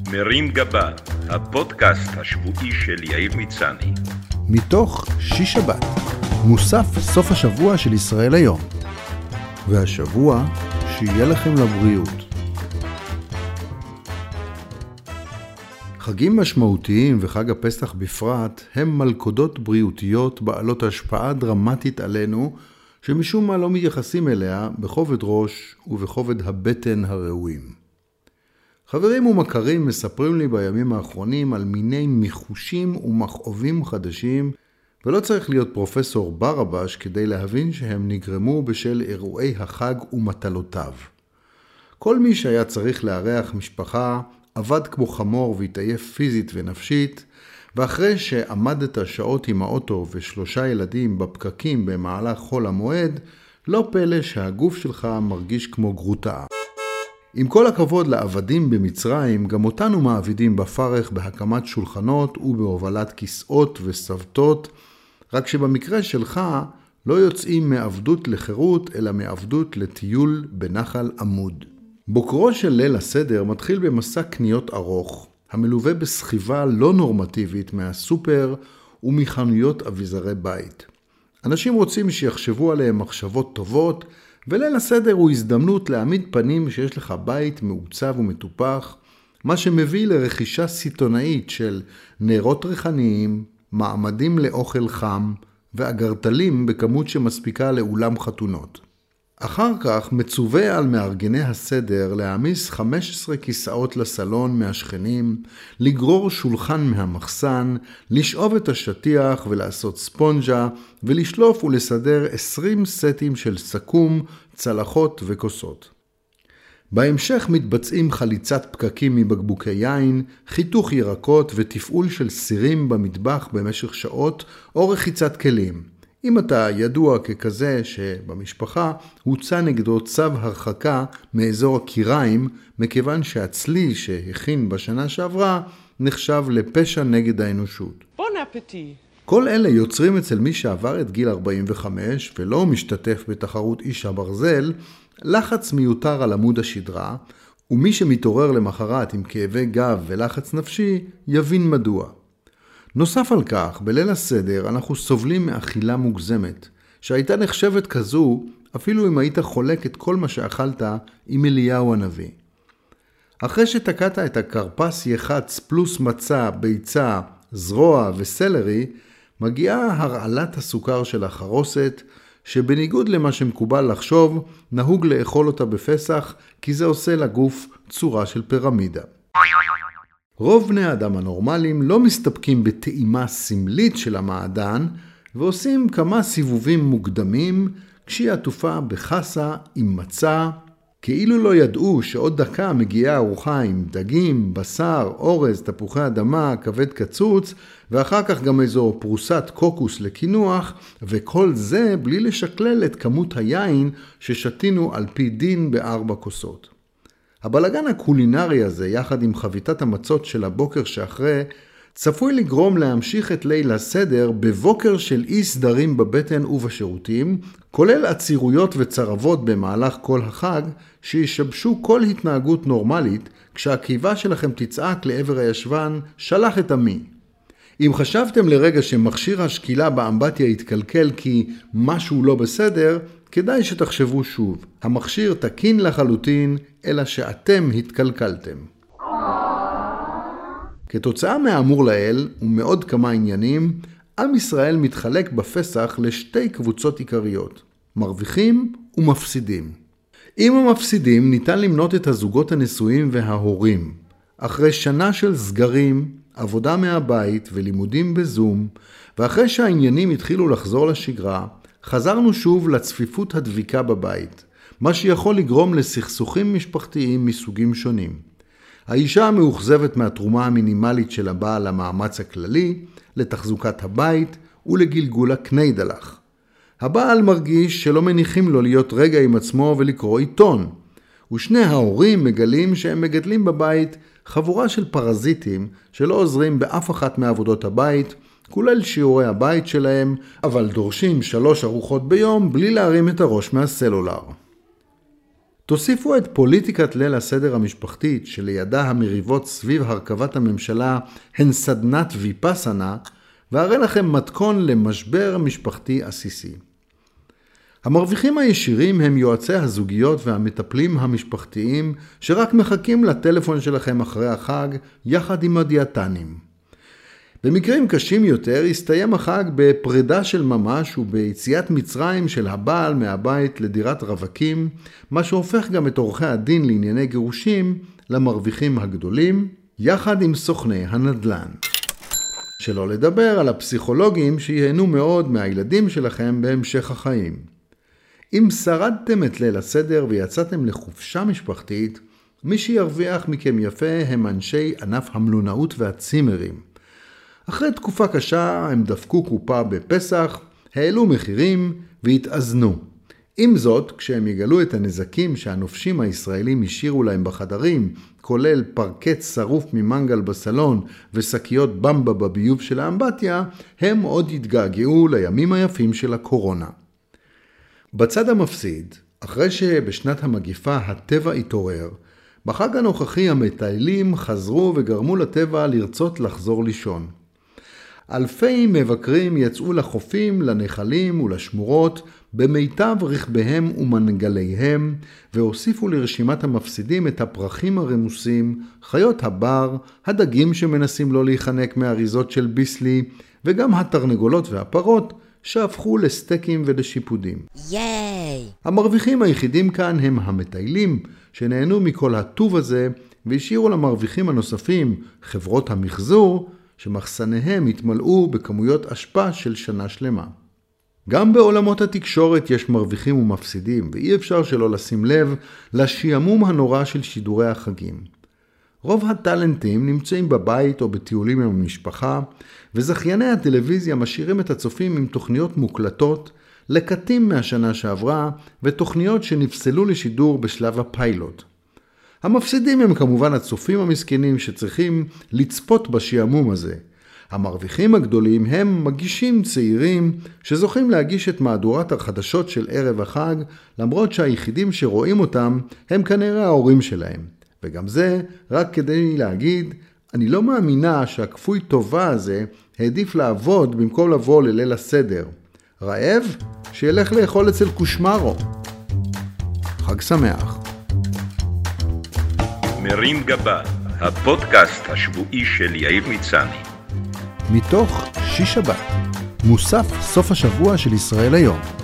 מרים גבה, הפודקאסט השבועי של יאיר מצני. מתוך שיש שבת, מוסף סוף השבוע של ישראל היום. והשבוע, שיהיה לכם לבריאות. חגים משמעותיים וחג הפסח בפרט הם מלכודות בריאותיות בעלות השפעה דרמטית עלינו, שמשום מה לא מתייחסים אליה בכובד ראש ובכובד הבטן הראויים. חברים ומכרים מספרים לי בימים האחרונים על מיני מיחושים ומכאובים חדשים, ולא צריך להיות פרופסור ברבש כדי להבין שהם נגרמו בשל אירועי החג ומטלותיו. כל מי שהיה צריך לארח משפחה עבד כמו חמור והתעייף פיזית ונפשית, ואחרי שעמדת שעות עם האוטו ו3 ילדים בפקקים במהלך חול המועד, לא פלא שהגוף שלך מרגיש כמו גרוטה. עם כל הכבוד לעבדים במצרים, גם אותנו מעבידים בפרך בהקמת שולחנות ובהובלת כיסאות וסבתות, רק שבמקרה שלך לא יוצאים מעבדות לחירות, אלא מעבדות לטיול בנחל עמוד. בוקרו של ליל הסדר מתחיל במסע קניות ארוך, המלווה בסחיבה לא נורמטיבית מהסופר ומחנויות אביזרי בית. אנשים רוצים שיחשבו עליהם מחשבות טובות, וליל הסדר הוא הזדמנות להעמיד פנים שיש לך בית מעוצב ומטופח, מה שמביא לרכישה סיטונאית של נרות ריחניים, מעמדים לאוכל חם ואגרטלים בכמות שמספיקה לאולם חתונות. אחר כך מצווה על מארגני הסדר להעמיס 15 כיסאות לסלון מהשכנים, לגרור שולחן מהמחסן, לשאוב את השטיח ולעשות ספונג'ה, ולשלוף ולסדר 20 סטים של סכו"ם, צלחות וכוסות. בהמשך מתבצעים חליצת פקקים מבקבוקי יין, חיתוך ירקות ותפעול של סירים במטבח במשך שעות, או רחיצת כלים. אם אתה ידוע ככזה שבמשפחה הוצא נגדו צו הרחקה מאזור הקיריים, מכיוון שהצליל שהכין בשנה שעברה נחשב לפשע נגד האנושות. בון אפטי. כל אלה יוצרים אצל מי שעבר את גיל 45 ולא משתתף בתחרות איש הברזל, לחץ מיותר על עמוד השדרה, ומי שמתעורר למחרת עם כאבי גב ולחץ נפשי יבין מדוע. נוסף על כך, בליל הסדר אנחנו סובלים מאכילה מוגזמת, שהייתה נחשבת כזו אפילו אם היית חולק את כל מה שאכלת עם אליהו הנביא. אחרי שתקעת את הקרפס יחץ פלוס מצה, ביצה, זרוע וסלרי, מגיעה הרעלת הסוכר של החרוסת, שבניגוד למה שמקובל לחשוב, נהוג לאכול אותה בפסח, כי זה עושה לגוף צורה של פירמידה. רוב בני האדם הנורמליים לא מסתפקים בטעימה סמלית של המעדן, ועושים כמה סיבובים מוקדמים, כשהיא עטופה בחסה עם מצה, כאילו לא ידעו שעוד דקה מגיעה ארוחה עם דגים, בשר, אורז, תפוחי אדמה, כבד קצוץ, ואחר כך גם איזו פרוסת קוקוס לקינוח, וכל זה בלי לשקלל את כמות היין ששתינו על פי דין ב4 כוסות. הבלגן הקולינרי הזה, יחד עם חביתת המצות של הבוקר שאחרי, צפוי לגרום להמשיך את ליל הסדר בבוקר של אי סדרים בבטן ובשירותים, כולל עצירויות וצרבות במהלך כל החג, שישבשו כל התנהגות נורמלית, כשהקיבה שלכם תצעק לעבר הישבן, שלח את עמי. אם חשבתם לרגע שמכשיר השקילה באמבטיה יתקלקל כי משהו לא בסדר, כדאי שתחשבו שוב. המכשיר תקין לחלוטין, אלא שאתם התקלקלתם. כתוצאה מהאמור לאל ומעוד כמה עניינים, עם ישראל מתחלק בפסח לשתי קבוצות עיקריות, מרוויחים ומפסידים. עם המפסידים ניתן למנות את הזוגות הנשואים וההורים. אחרי שנה של סגרים, עבודה מהבית ולימודים בזום, ואחרי שהעניינים התחילו לחזור לשגרה, חזרנו שוב לצפיפות הדביקה בבית, מה שיכול לגרום לסכסוכים משפחתיים מסוגים שונים. האישה המאוכזבת מהתרומה המינימלית של הבעל למאמץ הכללי, לתחזוקת הבית ולגלגול הקניידלח. הבעל מרגיש שלא מניחים לו להיות רגע עם עצמו ולקרוא עיתון, ושני ההורים מגלים שהם מגדלים בבית חבורה של פרזיטים שלא עוזרים באף אחת מעבודות הבית, כולל שיעורי הבית שלהם, אבל דורשים 3 ארוחות ביום בלי להרים את הראש מהסלולר. תוסיפו את פוליטיקת ליל הסדר המשפחתית, שלידה המריבות סביב הרכבת הממשלה הן סדנת ויפסנה, והרי לכם מתכון למשבר משפחתי עסיסי. המרוויחים הישירים הם יועצי הזוגיות והמטפלים המשפחתיים שרק מחכים לטלפון שלכם אחרי החג יחד עם הדיאטנים. במקרים קשים יותר הסתיים החג בפרידה של ממש וביציאת מצרים של הבעל מהבית לדירת רווקים, מה שהופך גם את עורכי הדין לענייני גירושים למרוויחים הגדולים, יחד עם סוכני הנדל"ן. שלא לדבר על הפסיכולוגים שיהנו מאוד מהילדים שלכם בהמשך החיים. אם שרדתם את ליל הסדר ויצאתם לחופשה משפחתית, מי שירוויח מכם יפה הם אנשי ענף המלונאות והצימרים. אחרי תקופה קשה הם דפקו קופה בפסח, העלו מחירים והתאזנו. עם זאת, כשהם יגלו את הנזקים שהנופשים הישראלים השאירו להם בחדרים, כולל פרקט שרוף ממנגל בסלון ושקיות במבה בביוב של האמבטיה, הם עוד יתגעגעו לימים היפים של הקורונה. בצד המפסיד, אחרי שבשנת המגיפה הטבע התעורר, בחג הנוכחי המטיילים חזרו וגרמו לטבע לרצות לחזור לישון. אלפי מבקרים יצאו לחופים, לנחלים ולשמורות במיטב רכביהם ומנגליהם, והוסיפו לרשימת המפסידים את הפרחים הרמוסים, חיות הבר, הדגים שמנסים לא להיחנק מהאריזות של ביסלי, וגם התרנגולות והפרות שהפכו לסטייקים ולשיפודים. ייי! המרוויחים היחידים כאן הם המטיילים שנהנו מכל הטוב הזה, והשאירו למרוויחים הנוספים, חברות המחזור, שמחסניהם התמלאו בכמויות אשפה של שנה שלמה. גם בעולמות התקשורת יש מרוויחים ומפסידים, ואי אפשר שלא לשים לב לשעמום הנורא של שידורי החגים. רוב הטלנטים נמצאים בבית או בטיולים עם המשפחה, וזכייני הטלוויזיה משאירים את הצופים עם תוכניות מוקלטות, לקטים מהשנה שעברה, ותוכניות שנפסלו לשידור בשלב הפיילוט. המפסידים הם כמובן הצופים המסכנים שצריכים לצפות בשעמום הזה. המרוויחים הגדולים הם מגישים צעירים שזוכים להגיש את מהדורת החדשות של ערב החג, למרות שהיחידים שרואים אותם הם כנראה ההורים שלהם. וגם זה רק כדי להגיד, אני לא מאמינה שהכפוי טובה הזה העדיף לעבוד במקום לבוא לליל הסדר. רעב? שילך לאכול אצל קושמרו. חג שמח. מרים גבה, הפודקאסט השבועי של יאיר מצני. מתוך שיש שבת, מוסף סוף השבוע של ישראל היום.